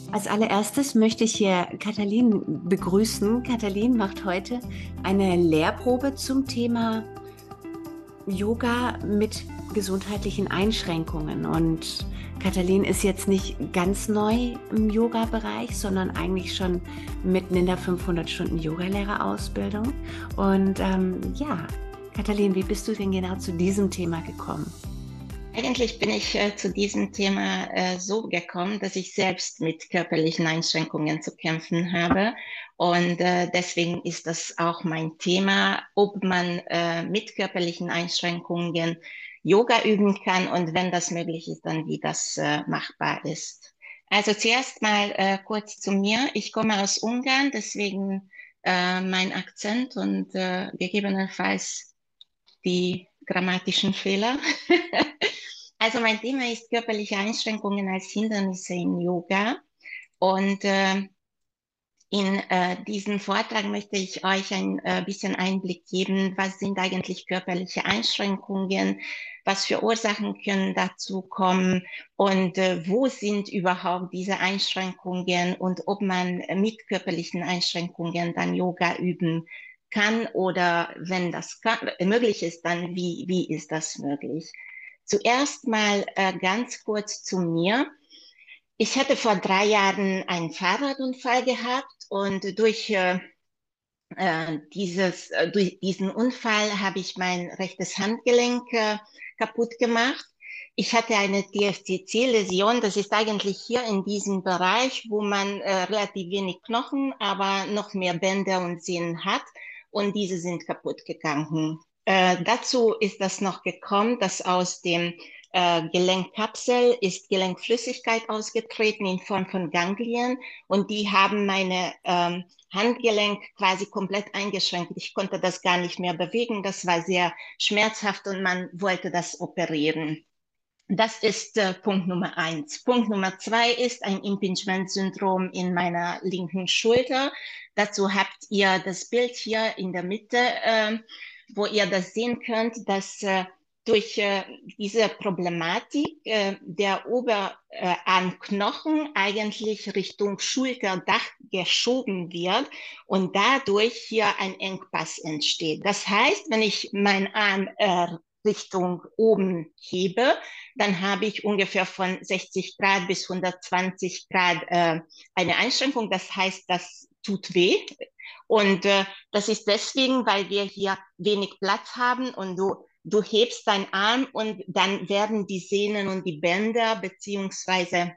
Als allererstes möchte ich hier Katalin begrüßen. Katalin macht heute eine Lehrprobe zum Thema Yoga mit gesundheitlichen Einschränkungen. Und Katalin ist jetzt nicht ganz neu im Yoga-Bereich, sondern eigentlich schon mitten in der 500 Stunden Yogalehrerausbildung. Und ja, Katalin, wie bist du denn genau zu diesem Thema gekommen? Eigentlich bin ich zu diesem Thema so gekommen, dass ich selbst mit körperlichen Einschränkungen zu kämpfen habe. Und deswegen ist das auch mein Thema, ob man mit körperlichen Einschränkungen Yoga üben kann und wenn das möglich ist, dann wie das machbar ist. Also zuerst mal kurz zu mir. Ich komme aus Ungarn, deswegen mein Akzent und gegebenenfalls die grammatischen Fehler. Also mein Thema ist körperliche Einschränkungen als Hindernisse im Yoga. Und in diesem Vortrag möchte ich euch ein bisschen Einblick geben, was sind eigentlich körperliche Einschränkungen, was für Ursachen können dazu kommen und wo sind überhaupt diese Einschränkungen und ob man mit körperlichen Einschränkungen dann Yoga üben kann oder wenn das möglich ist, dann wie ist das möglich? Zuerst mal ganz kurz zu mir. Ich hatte vor 3 Jahren einen Fahrradunfall gehabt und durch diesen Unfall habe ich mein rechtes Handgelenk kaputt gemacht. Ich hatte eine TFCC-Läsion. Das ist eigentlich hier in diesem Bereich, wo man relativ wenig Knochen, aber noch mehr Bänder und Sehnen hat. Und diese sind kaputt gegangen. Dazu ist das noch gekommen, dass aus dem Gelenkkapsel ist Gelenkflüssigkeit ausgetreten in Form von Ganglien und die haben meine Handgelenk quasi komplett eingeschränkt. Ich konnte das gar nicht mehr bewegen. Das war sehr schmerzhaft und man wollte das operieren. Das ist Punkt Nummer eins. Punkt Nummer zwei ist ein Impingement-Syndrom in meiner linken Schulter. Dazu habt ihr das Bild hier in der Mitte, wo ihr das sehen könnt, dass durch diese Problematik der Oberarmknochen eigentlich Richtung Schulterdach geschoben wird und dadurch hier ein Engpass entsteht. Das heißt, wenn ich meinen Arm Richtung oben hebe, dann habe ich ungefähr von 60 Grad bis 120 Grad eine Einschränkung. Das heißt, das tut weh. Und das ist deswegen, weil wir hier wenig Platz haben und du hebst deinen Arm und dann werden die Sehnen und die Bänder beziehungsweise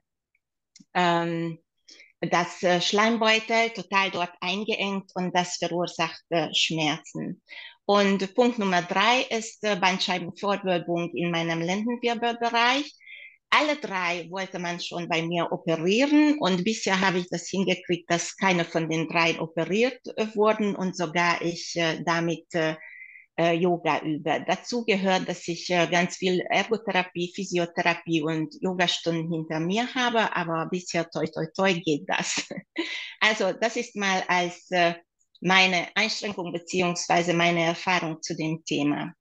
ähm, das Schleimbeutel total dort eingeengt und das verursacht Schmerzen. Und Punkt Nummer drei ist Bandscheibenvorwölbung in meinem Lendenwirbelbereich. Alle drei wollte man schon bei mir operieren und bisher habe ich das hingekriegt, dass keine von den drei operiert wurden und sogar ich damit Yoga übe. Dazu gehört, dass ich ganz viel Ergotherapie, Physiotherapie und Yogastunden hinter mir habe, aber bisher toi toi toi geht das. Also das ist mal als meine Einschränkung beziehungsweise meine Erfahrung zu dem Thema.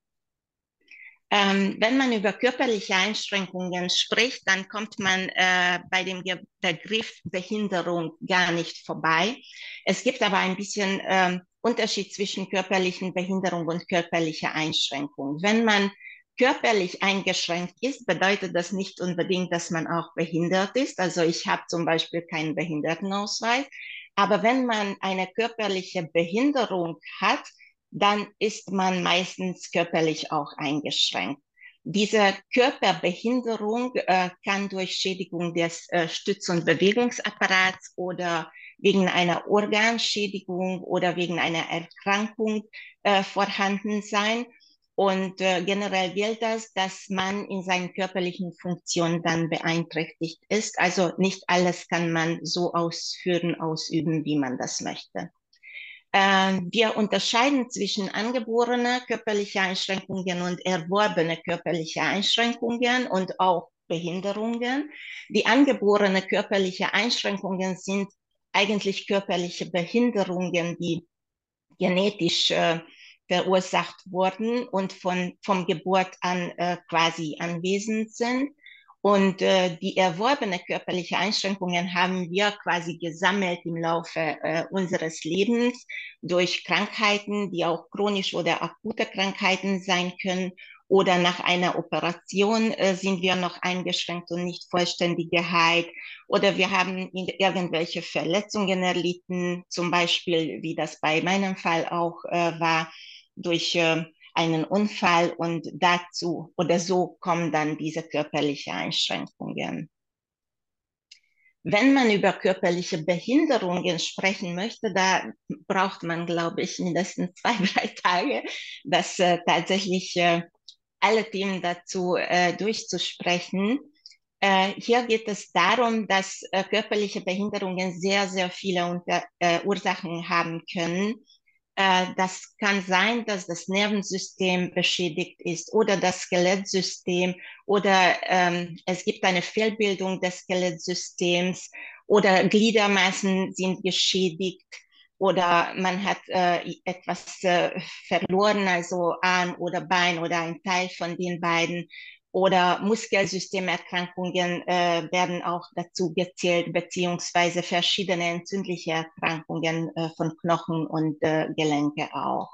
Wenn man über körperliche Einschränkungen spricht, dann kommt man bei dem Begriff Behinderung gar nicht vorbei. Es gibt aber ein bisschen Unterschied zwischen körperlichen Behinderung und körperlicher Einschränkung. Wenn man körperlich eingeschränkt ist, bedeutet das nicht unbedingt, dass man auch behindert ist. Also ich habe zum Beispiel keinen Behindertenausweis. Aber wenn man eine körperliche Behinderung hat, dann ist man meistens körperlich auch eingeschränkt. Diese Körperbehinderung kann durch Schädigung des Stütz- und Bewegungsapparats oder wegen einer Organschädigung oder wegen einer Erkrankung vorhanden sein. Und generell gilt das, dass man in seinen körperlichen Funktionen dann beeinträchtigt ist. Also nicht alles kann man so ausführen, ausüben, wie man das möchte. Wir unterscheiden zwischen angeborene körperliche Einschränkungen und erworbene körperliche Einschränkungen und auch Behinderungen. Die angeborene körperliche Einschränkungen sind eigentlich körperliche Behinderungen, die genetisch verursacht wurden und vom Geburt an quasi anwesend sind. Und die erworbene körperliche Einschränkungen haben wir quasi gesammelt im Laufe unseres Lebens durch Krankheiten, die auch chronisch oder akute Krankheiten sein können. Oder nach einer Operation sind wir noch eingeschränkt und nicht vollständig geheilt. Oder wir haben irgendwelche Verletzungen erlitten, zum Beispiel, wie das bei meinem Fall auch war, durch einen Unfall, und dazu oder so kommen dann diese körperlichen Einschränkungen. Wenn man über körperliche Behinderungen sprechen möchte, da braucht man, glaube ich, mindestens 2, 3 Tage, das tatsächlich alle Themen dazu durchzusprechen. Hier geht es darum, dass körperliche Behinderungen sehr, sehr viele Ursachen haben können. Das kann sein, dass das Nervensystem beschädigt ist oder das Skelettsystem, oder es gibt eine Fehlbildung des Skelettsystems oder Gliedermaßen sind geschädigt oder man hat etwas verloren, also Arm oder Bein oder ein Teil von den beiden. Oder Muskelsystemerkrankungen werden auch dazu gezählt, beziehungsweise verschiedene entzündliche Erkrankungen von Knochen und Gelenke auch.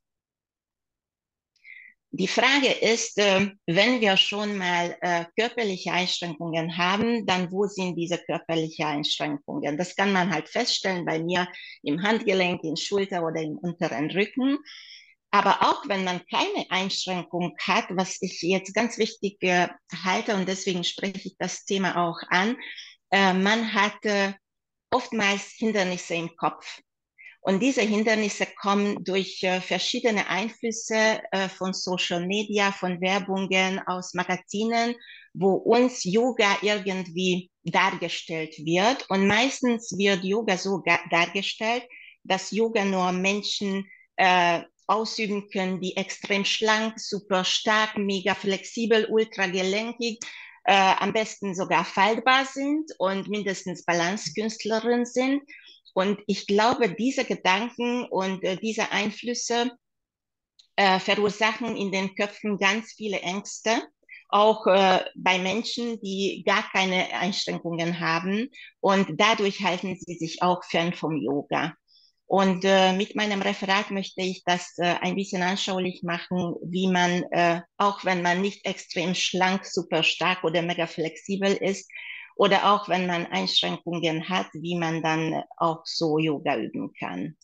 Die Frage ist, wenn wir schon mal körperliche Einschränkungen haben, dann wo sind diese körperlichen Einschränkungen? Das kann man halt feststellen bei mir im Handgelenk, in Schulter oder im unteren Rücken. Aber auch wenn man keine Einschränkung hat, was ich jetzt ganz wichtig halte, und deswegen spreche ich das Thema auch an, man hat oftmals Hindernisse im Kopf. Und diese Hindernisse kommen durch verschiedene Einflüsse von Social Media, von Werbungen, aus Magazinen, wo uns Yoga irgendwie dargestellt wird. Und meistens wird Yoga so dargestellt, dass Yoga nur Menschen ausüben können, die extrem schlank, super stark, mega flexibel, ultra gelenkig, am besten sogar faltbar sind und mindestens Balanzkünstlerin sind. Und ich glaube, diese Gedanken und diese Einflüsse verursachen in den Köpfen ganz viele Ängste, auch bei Menschen, die gar keine Einschränkungen haben. Und dadurch halten sie sich auch fern vom Yoga. Und mit meinem Referat möchte ich das ein bisschen anschaulich machen, wie man, auch wenn man nicht extrem schlank, super stark oder mega flexibel ist, oder auch wenn man Einschränkungen hat, wie man dann auch so Yoga üben kann.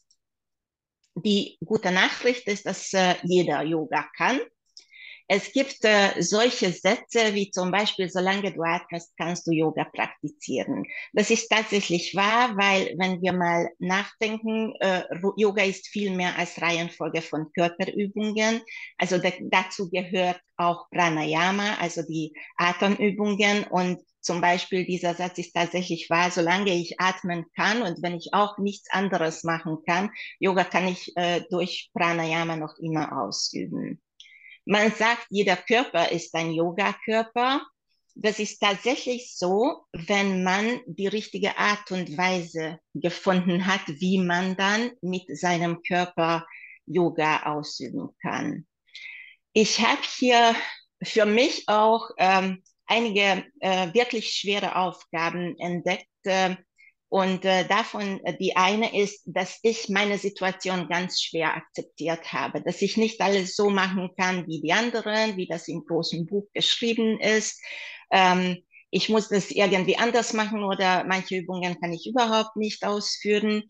Die gute Nachricht ist, dass jeder Yoga kann. Es gibt solche Sätze wie zum Beispiel, solange du atmest, kannst du Yoga praktizieren. Das ist tatsächlich wahr, weil wenn wir mal nachdenken, Yoga ist viel mehr als Reihenfolge von Körperübungen. Also dazu gehört auch Pranayama, also die Atemübungen. Und zum Beispiel dieser Satz ist tatsächlich wahr, solange ich atmen kann und wenn ich auch nichts anderes machen kann, Yoga kann ich durch Pranayama noch immer ausüben. Man sagt, jeder Körper ist ein Yoga-Körper. Das ist tatsächlich so, wenn man die richtige Art und Weise gefunden hat, wie man dann mit seinem Körper Yoga ausüben kann. Ich habe hier für mich auch einige wirklich schwere Aufgaben entdeckt. Und davon die eine ist, dass ich meine Situation ganz schwer akzeptiert habe, dass ich nicht alles so machen kann wie die anderen, wie das im großen Buch geschrieben ist. Ich muss das irgendwie anders machen oder manche Übungen kann ich überhaupt nicht ausführen.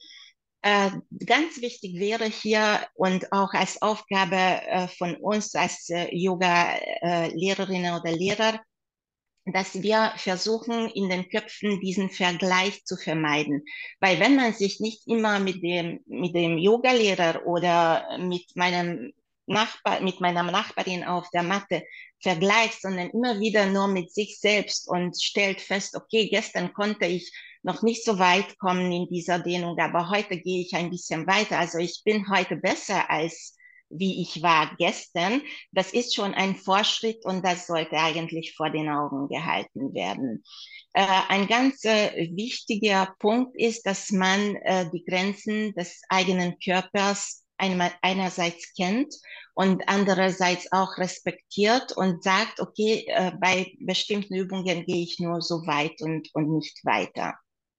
Ganz wichtig wäre hier und auch als Aufgabe von uns als Yoga-Lehrerinnen oder Lehrer, dass wir versuchen, in den Köpfen diesen Vergleich zu vermeiden. Weil wenn man sich nicht immer mit dem Yogalehrer oder mit mit meiner Nachbarin auf der Matte vergleicht, sondern immer wieder nur mit sich selbst und stellt fest, okay, gestern konnte ich noch nicht so weit kommen in dieser Dehnung, aber heute gehe ich ein bisschen weiter. Also ich bin heute besser als wie ich war gestern. Das ist schon ein Fortschritt und das sollte eigentlich vor den Augen gehalten werden. Ein ganz wichtiger Punkt ist, dass man die Grenzen des eigenen Körpers einerseits kennt und andererseits auch respektiert und sagt, okay, bei bestimmten Übungen gehe ich nur so weit und nicht weiter.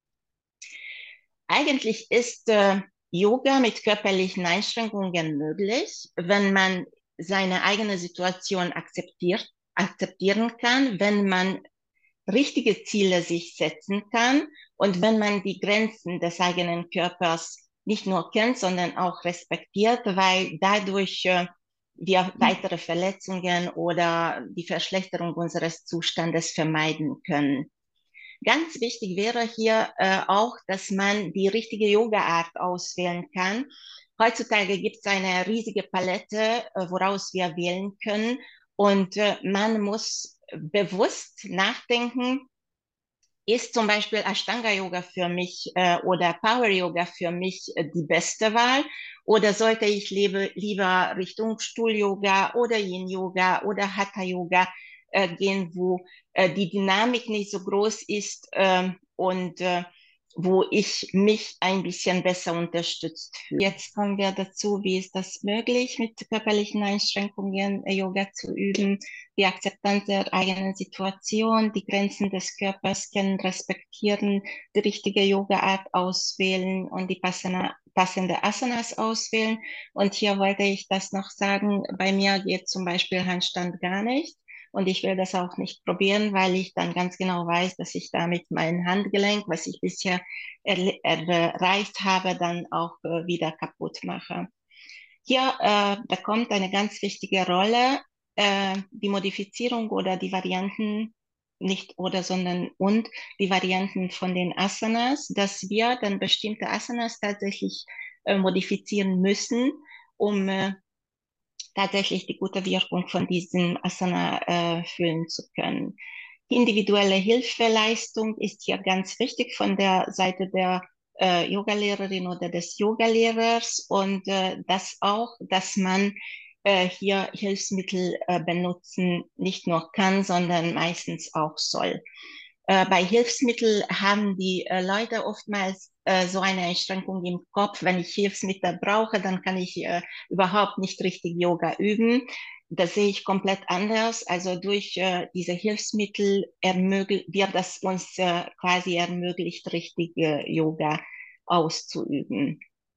Eigentlich ist Yoga mit körperlichen Einschränkungen möglich, wenn man seine eigene Situation akzeptieren kann, wenn man richtige Ziele sich setzen kann und wenn man die Grenzen des eigenen Körpers nicht nur kennt, sondern auch respektiert, weil dadurch wir weitere Verletzungen oder die Verschlechterung unseres Zustandes vermeiden können. Ganz wichtig wäre hier auch, dass man die richtige Yoga-Art auswählen kann. Heutzutage gibt es eine riesige Palette, woraus wir wählen können. Und man muss bewusst nachdenken, ist zum Beispiel Ashtanga-Yoga für mich oder Power-Yoga für mich die beste Wahl? Oder sollte ich lieber Richtung Stuhl-Yoga oder Yin-Yoga oder Hatha-Yoga gehen, wo die Dynamik nicht so groß ist und wo ich mich ein bisschen besser unterstützt fühle. Jetzt kommen wir dazu, wie ist das möglich, mit körperlichen Einschränkungen Yoga zu üben, die Akzeptanz der eigenen Situation, die Grenzen des Körpers kennen, respektieren, die richtige Yoga-Art auswählen und die passende Asanas auswählen. Und hier wollte ich das noch sagen, bei mir geht zum Beispiel Handstand gar nicht. Und ich will das auch nicht probieren, weil ich dann ganz genau weiß, dass ich damit mein Handgelenk, was ich bisher erreicht habe, dann auch wieder kaputt mache. Hier bekommt eine ganz wichtige Rolle die Modifizierung oder die Varianten, nicht oder, sondern und die Varianten von den Asanas, dass wir dann bestimmte Asanas tatsächlich modifizieren müssen, um tatsächlich die gute Wirkung von diesem Asana fühlen zu können. Die individuelle Hilfeleistung ist hier ganz wichtig von der Seite der Yogalehrerin oder des Yogalehrers und das auch, dass man hier Hilfsmittel benutzen nicht nur kann, sondern meistens auch soll. Bei Hilfsmitteln haben die Leute oftmals so eine Einschränkung im Kopf. Wenn ich Hilfsmittel brauche, dann kann ich überhaupt nicht richtig Yoga üben. Das sehe ich komplett anders. Also durch diese Hilfsmittel wird das uns quasi ermöglicht, richtig Yoga auszuüben.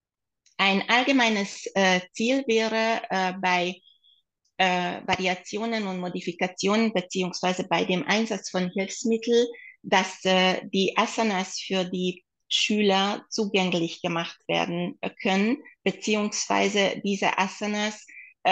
Ein allgemeines Ziel wäre bei Variationen und Modifikationen beziehungsweise bei dem Einsatz von Hilfsmitteln, dass die Asanas für die Schüler zugänglich gemacht werden können, beziehungsweise diese Asanas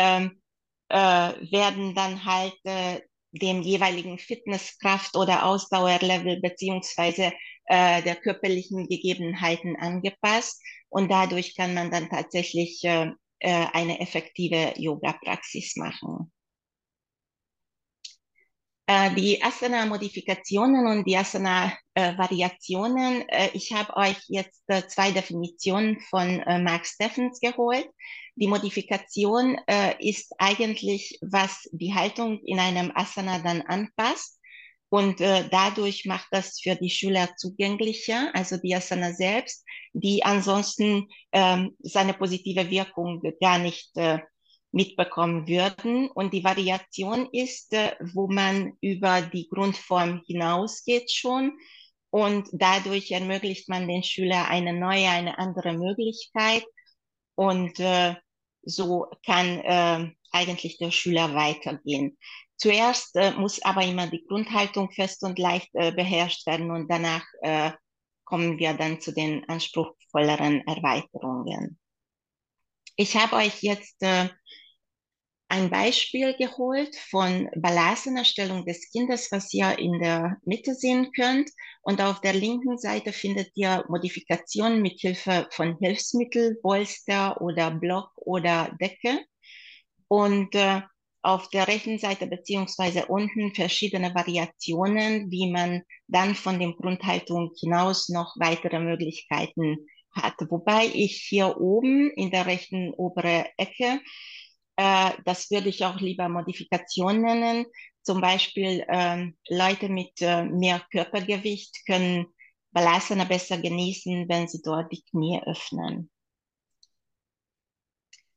werden dann halt dem jeweiligen Fitnesskraft oder Ausdauerlevel beziehungsweise der körperlichen Gegebenheiten angepasst und dadurch kann man dann tatsächlich eine effektive Yoga-Praxis machen. Die Asana-Modifikationen und die Asana-Variationen. Ich habe euch jetzt zwei Definitionen von Mark Steffens geholt. Die Modifikation ist eigentlich, was die Haltung in einem Asana dann anpasst. Und dadurch macht das für die Schüler zugänglicher, also die Asana selbst, die ansonsten seine positive Wirkung gar nicht mitbekommen würden. Und die Variation ist, wo man über die Grundform hinausgeht schon. Und dadurch ermöglicht man den Schülern eine neue, eine andere Möglichkeit. Und so kann eigentlich der Schüler weitergehen. Zuerst muss aber immer die Grundhaltung fest und leicht beherrscht werden und danach kommen wir dann zu den anspruchsvolleren Erweiterungen. Ich habe euch jetzt ein Beispiel geholt von Balasana, Stellung des Kindes, was ihr in der Mitte sehen könnt. Und auf der linken Seite findet ihr Modifikationen mit Hilfe von Hilfsmittel, Bolster oder Block oder Decke. Und auf der rechten Seite beziehungsweise unten verschiedene Variationen, wie man dann von der Grundhaltung hinaus noch weitere Möglichkeiten hat. Wobei ich hier oben in der rechten oberen Ecke das würde ich auch lieber Modifikation nennen. Zum Beispiel Leute mit mehr Körpergewicht können Balasana besser genießen, wenn sie dort die Knie öffnen.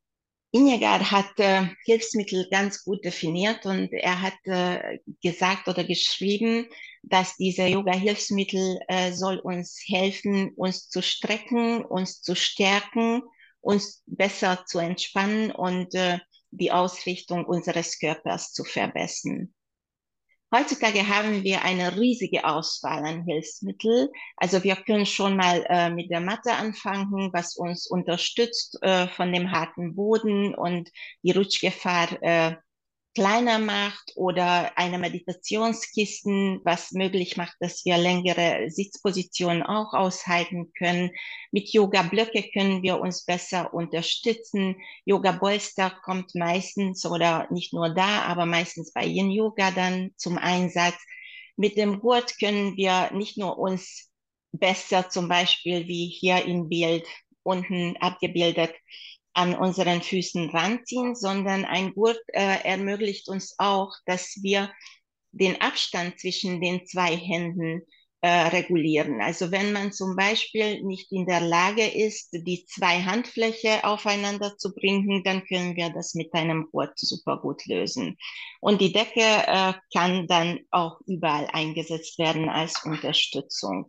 Iyengar hat Hilfsmittel ganz gut definiert und er hat gesagt oder geschrieben, dass diese Yoga-Hilfsmittel soll uns helfen, uns zu strecken, uns zu stärken, uns besser zu entspannen und die Ausrichtung unseres Körpers zu verbessern. Heutzutage haben wir eine riesige Auswahl an Hilfsmitteln. Also wir können schon mal mit der Matte anfangen, was uns unterstützt von dem harten Boden und die Rutschgefahr kleiner macht, oder eine Meditationskissen, was möglich macht, dass wir längere Sitzpositionen auch aushalten können. Mit Yoga-Blöcke können wir uns besser unterstützen. Yoga-Bolster kommt meistens oder nicht nur da, aber meistens bei Yin-Yoga dann zum Einsatz. Mit dem Gurt können wir nicht nur uns besser, zum Beispiel wie hier im Bild unten abgebildet, an unseren Füßen ranziehen, sondern ein Gurt ermöglicht uns auch, dass wir den Abstand zwischen den zwei Händen regulieren. Also wenn man zum Beispiel nicht in der Lage ist, die zwei Handfläche aufeinander zu bringen, dann können wir das mit einem Gurt super gut lösen. Und die Decke kann dann auch überall eingesetzt werden als Unterstützung.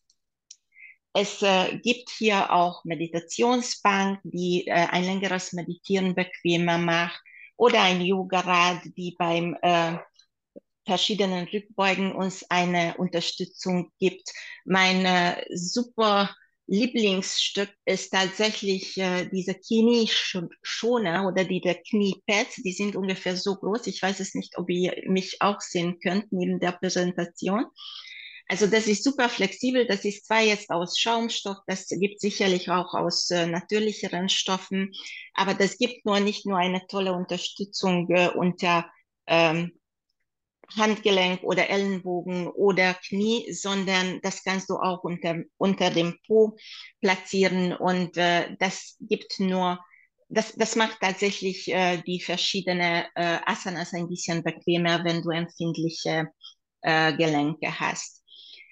Es gibt hier auch Meditationsbank, die ein längeres Meditieren bequemer macht, oder ein Yogarad, die beim verschiedenen Rückbeugen uns eine Unterstützung gibt. Mein super Lieblingsstück ist tatsächlich diese Knieschoner oder diese Kniepads. Die sind ungefähr so groß. Ich weiß es nicht, ob ihr mich auch sehen könnt neben der Präsentation. Also das ist super flexibel. Das ist zwar jetzt aus Schaumstoff, das gibt sicherlich auch aus natürlicheren Stoffen, aber das gibt nicht nur eine tolle Unterstützung unter ähm, Handgelenk oder Ellenbogen oder Knie, sondern das kannst du auch unter dem Po platzieren, und das gibt das macht tatsächlich die verschiedenen Asanas ein bisschen bequemer, wenn du empfindliche Gelenke hast.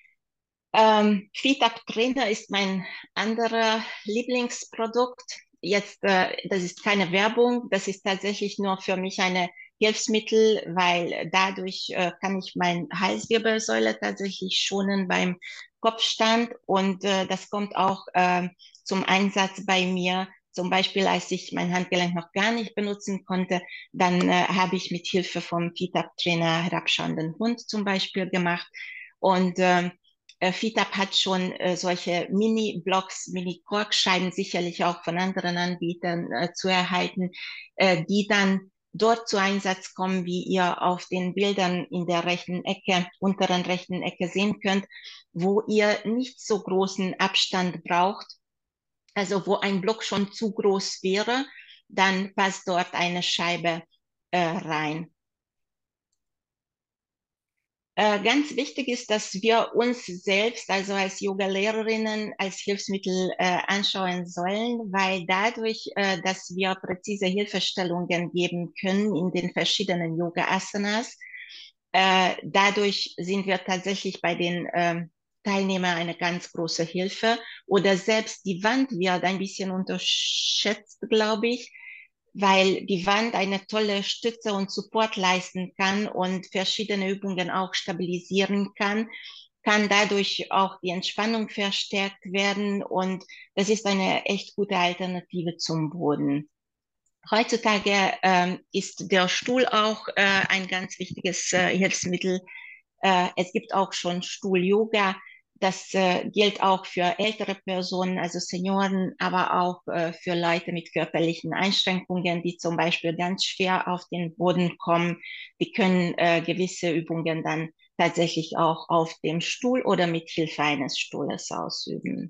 Fit-Up Trainer ist mein anderer Lieblingsprodukt. Jetzt, das ist keine Werbung, das ist tatsächlich nur für mich eine Hilfsmittel, weil dadurch kann ich meine Halswirbelsäule tatsächlich schonen beim Kopfstand, und das kommt auch zum Einsatz bei mir. Zum Beispiel, als ich mein Handgelenk noch gar nicht benutzen konnte, dann habe ich mit Hilfe vom Fit-Up Trainer herabschauenden Hund zum Beispiel gemacht, und FITAP hat schon solche Mini-Blocks, Mini-Korkscheiben sicherlich auch von anderen Anbietern zu erhalten, die dann dort zu Einsatz kommen, wie ihr auf den Bildern in der rechten Ecke, unteren rechten Ecke sehen könnt, wo ihr nicht so großen Abstand braucht. Also wo ein Block schon zu groß wäre, dann passt dort eine Scheibe rein. Ganz wichtig ist, dass wir uns selbst, also als Yoga-Lehrerinnen, als Hilfsmittel anschauen sollen, weil dadurch, dass wir präzise Hilfestellungen geben können in den verschiedenen Yoga-Asanas, dadurch sind wir tatsächlich bei den Teilnehmern eine ganz große Hilfe. Oder selbst die Wand wird ein bisschen unterschätzt, glaube ich, weil die Wand eine tolle Stütze und Support leisten kann und verschiedene Übungen auch stabilisieren kann dadurch auch die Entspannung verstärkt werden, und das ist eine echt gute Alternative zum Boden. Heutzutage ist der Stuhl auch ein ganz wichtiges Hilfsmittel. Es gibt auch schon Stuhl-Yoga. Das gilt auch für ältere Personen, also Senioren, aber auch für Leute mit körperlichen Einschränkungen, die zum Beispiel ganz schwer auf den Boden kommen. Die können gewisse Übungen dann tatsächlich auch auf dem Stuhl oder mit Hilfe eines Stuhles ausüben.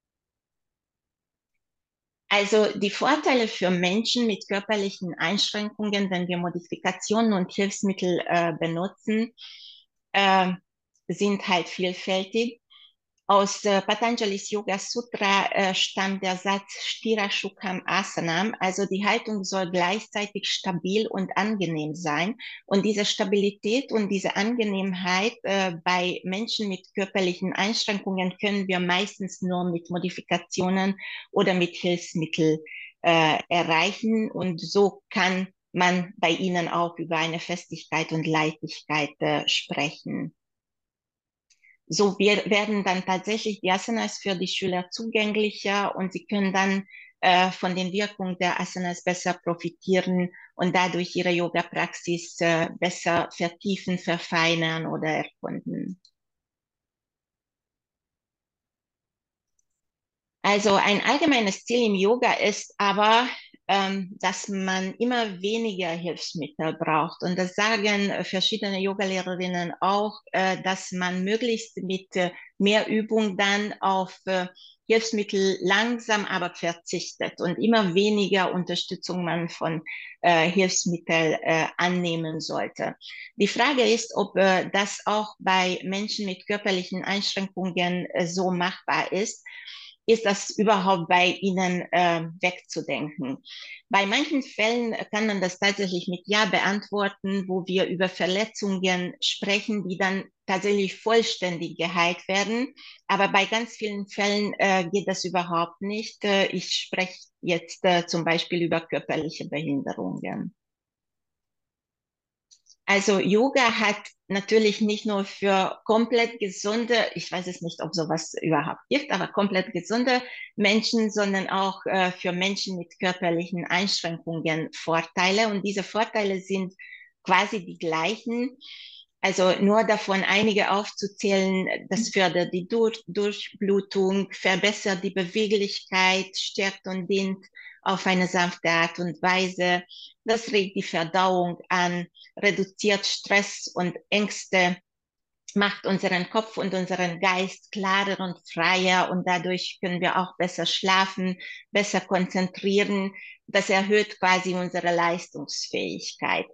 Also die Vorteile für Menschen mit körperlichen Einschränkungen, wenn wir Modifikationen und Hilfsmittel benutzen, äh, sind halt vielfältig. Aus Patanjali's Yoga Sutra stammt der Satz Stira Shukam Asanam, also die Haltung soll gleichzeitig stabil und angenehm sein. Und diese Stabilität und diese Angenehmheit bei Menschen mit körperlichen Einschränkungen können wir meistens nur mit Modifikationen oder mit Hilfsmitteln erreichen. Und so kann man bei ihnen auch über eine Festigkeit und Leichtigkeit sprechen. So werden dann tatsächlich die Asanas für die Schüler zugänglicher und sie können dann von den Wirkungen der Asanas besser profitieren und dadurch ihre Yoga-Praxis besser vertiefen, verfeinern oder erkunden. Also ein allgemeines Ziel im Yoga ist aber, dass man immer weniger Hilfsmittel braucht. Und das sagen verschiedene Yogalehrerinnen auch, dass man möglichst mit mehr Übung dann auf Hilfsmittel langsam aber verzichtet und immer weniger Unterstützung man von Hilfsmitteln annehmen sollte. Die Frage ist, ob das auch bei Menschen mit körperlichen Einschränkungen so machbar ist das überhaupt bei ihnen wegzudenken. Bei manchen Fällen kann man das tatsächlich mit Ja beantworten, wo wir über Verletzungen sprechen, die dann tatsächlich vollständig geheilt werden. Aber bei ganz vielen Fällen geht das überhaupt nicht. Ich spreche jetzt zum Beispiel über körperliche Behinderungen. Also Yoga hat natürlich nicht nur für komplett gesunde, ich weiß es nicht, ob sowas überhaupt gibt, aber komplett gesunde Menschen, sondern auch für Menschen mit körperlichen Einschränkungen Vorteile. Und diese Vorteile sind quasi die gleichen. Also nur davon einige aufzuzählen, das fördert die Durchblutung, verbessert die Beweglichkeit, stärkt und dehnt auf eine sanfte Art und Weise. Das regt die Verdauung an, reduziert Stress und Ängste, macht unseren Kopf und unseren Geist klarer und freier und dadurch können wir auch besser schlafen, besser konzentrieren. Das erhöht quasi unsere Leistungsfähigkeit.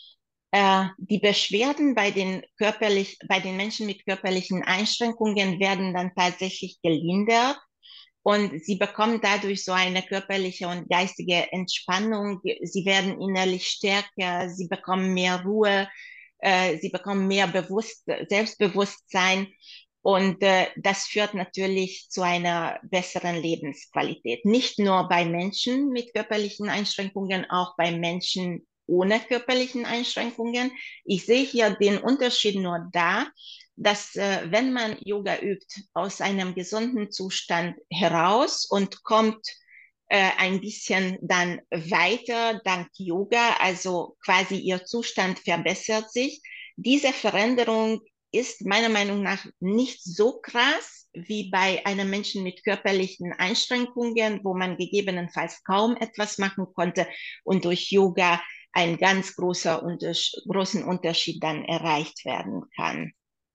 Die Beschwerden bei den Menschen mit körperlichen Einschränkungen werden dann tatsächlich gelindert und sie bekommen dadurch so eine körperliche und geistige Entspannung. Sie werden innerlich stärker, sie bekommen mehr Ruhe, sie bekommen mehr Selbstbewusstsein. Und das führt natürlich zu einer besseren Lebensqualität. Nicht nur bei Menschen mit körperlichen Einschränkungen, auch bei Menschen ohne körperlichen Einschränkungen. Ich sehe hier den Unterschied nur da, dass wenn man Yoga übt aus einem gesunden Zustand heraus und kommt ein bisschen dann weiter dank Yoga, also quasi ihr Zustand verbessert sich. Diese Veränderung ist meiner Meinung nach nicht so krass wie bei einem Menschen mit körperlichen Einschränkungen, wo man gegebenenfalls kaum etwas machen konnte und durch Yoga ein ganz großen Unterschied dann erreicht werden kann.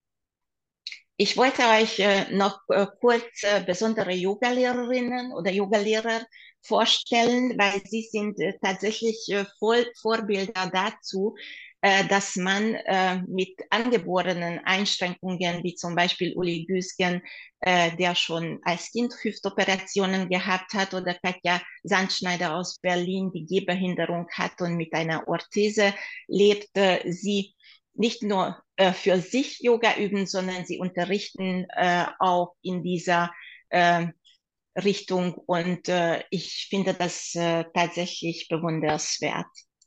Ich wollte euch noch kurz besondere Yogalehrerinnen oder Yogalehrer vorstellen, weil sie sind tatsächlich Vorbilder dazu, dass man mit angeborenen Einschränkungen, wie zum Beispiel Uli Büsgen, der schon als Kind Hüftoperationen gehabt hat, oder Katja Sandschneider aus Berlin, die Gehbehinderung hat und mit einer Orthese lebt, sie nicht nur für sich Yoga üben, sondern sie unterrichten auch in dieser äh, Richtung und ich finde das tatsächlich bewundernswert.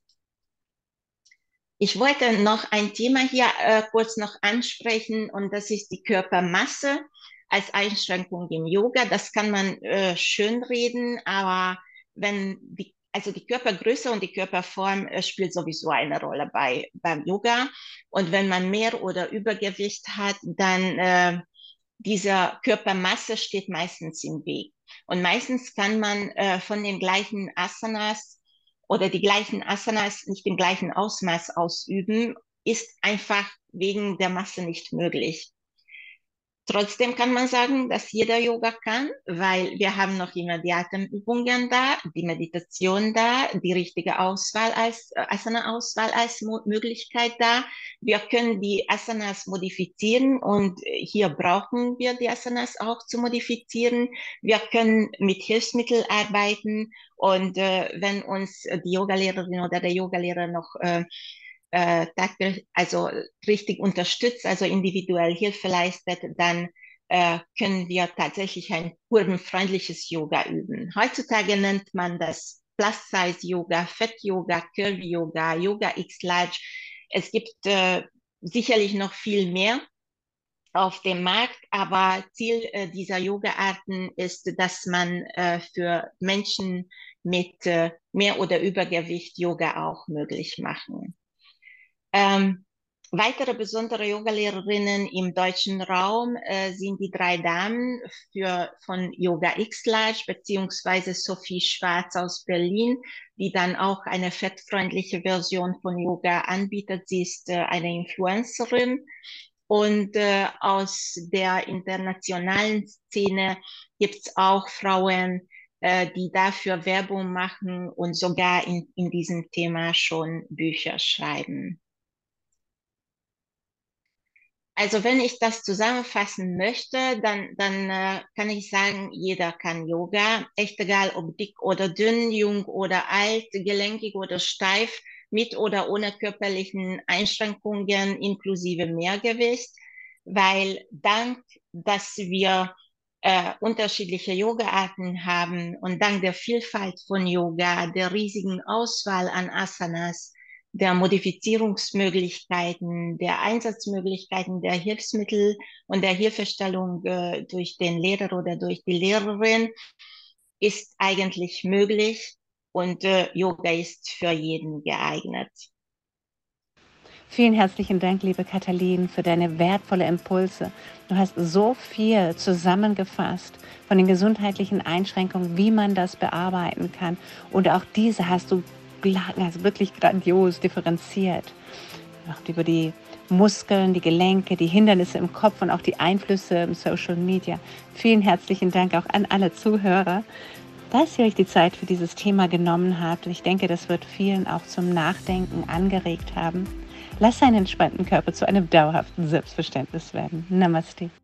Ich wollte noch ein Thema hier kurz noch ansprechen und das ist die Körpermasse als Einschränkung im Yoga. Das kann man schönreden, aber also die Körpergröße und die Körperform spielt sowieso eine Rolle beim Yoga. Und wenn man mehr oder Übergewicht hat, dann dieser Körpermasse steht meistens im Weg. Und meistens kann man von den gleichen Asanas oder die gleichen Asanas nicht im gleichen Ausmaß ausüben, ist einfach wegen der Masse nicht möglich. Trotzdem kann man sagen, dass jeder Yoga kann, weil wir haben noch immer die Atemübungen da, die Meditation da, die richtige Auswahl Asana-Auswahl als Möglichkeit da. Wir können die Asanas modifizieren und hier brauchen wir die Asanas auch zu modifizieren. Wir können mit Hilfsmitteln arbeiten und wenn uns die Yogalehrerin oder der Yogalehrer noch also richtig unterstützt, also individuell Hilfe leistet, dann können wir tatsächlich ein kurvenfreundliches Yoga üben. Heutzutage nennt man das Plus-Size-Yoga, Fett-Yoga, Curvy-Yoga, Yoga X-Large. Es gibt sicherlich noch viel mehr auf dem Markt, aber Ziel dieser Yoga-Arten ist, dass man für Menschen mit Mehr- oder Übergewicht Yoga auch möglich machen. Weitere besondere Yogalehrerinnen im deutschen Raum sind die drei Damen von Yoga X-Large beziehungsweise Sophie Schwarz aus Berlin, die dann auch eine fettfreundliche Version von Yoga anbietet. Sie ist eine Influencerin. Und aus der internationalen Szene gibt es auch Frauen, die dafür Werbung machen und sogar in diesem Thema schon Bücher schreiben. Also wenn ich das zusammenfassen möchte, dann kann ich sagen, jeder kann Yoga, echt egal ob dick oder dünn, jung oder alt, gelenkig oder steif, mit oder ohne körperlichen Einschränkungen inklusive Mehrgewicht, weil dank, dass wir unterschiedliche Yoga-Arten haben und dank der Vielfalt von Yoga, der riesigen Auswahl an Asanas, der Modifizierungsmöglichkeiten, der Einsatzmöglichkeiten der Hilfsmittel und der Hilfestellung durch den Lehrer oder durch die Lehrerin ist eigentlich möglich und Yoga ist für jeden geeignet. Vielen herzlichen Dank, liebe Katalin, für deine wertvollen Impulse. Du hast so viel zusammengefasst von den gesundheitlichen Einschränkungen, wie man das bearbeiten kann. Und auch diese hast du wirklich grandios differenziert. Auch über die Muskeln, die Gelenke, die Hindernisse im Kopf und auch die Einflüsse im Social Media. Vielen herzlichen Dank auch an alle Zuhörer, dass ihr euch die Zeit für dieses Thema genommen habt. Und ich denke, das wird vielen auch zum Nachdenken angeregt haben. Lass deinen entspannten Körper zu einem dauerhaften Selbstverständnis werden. Namaste.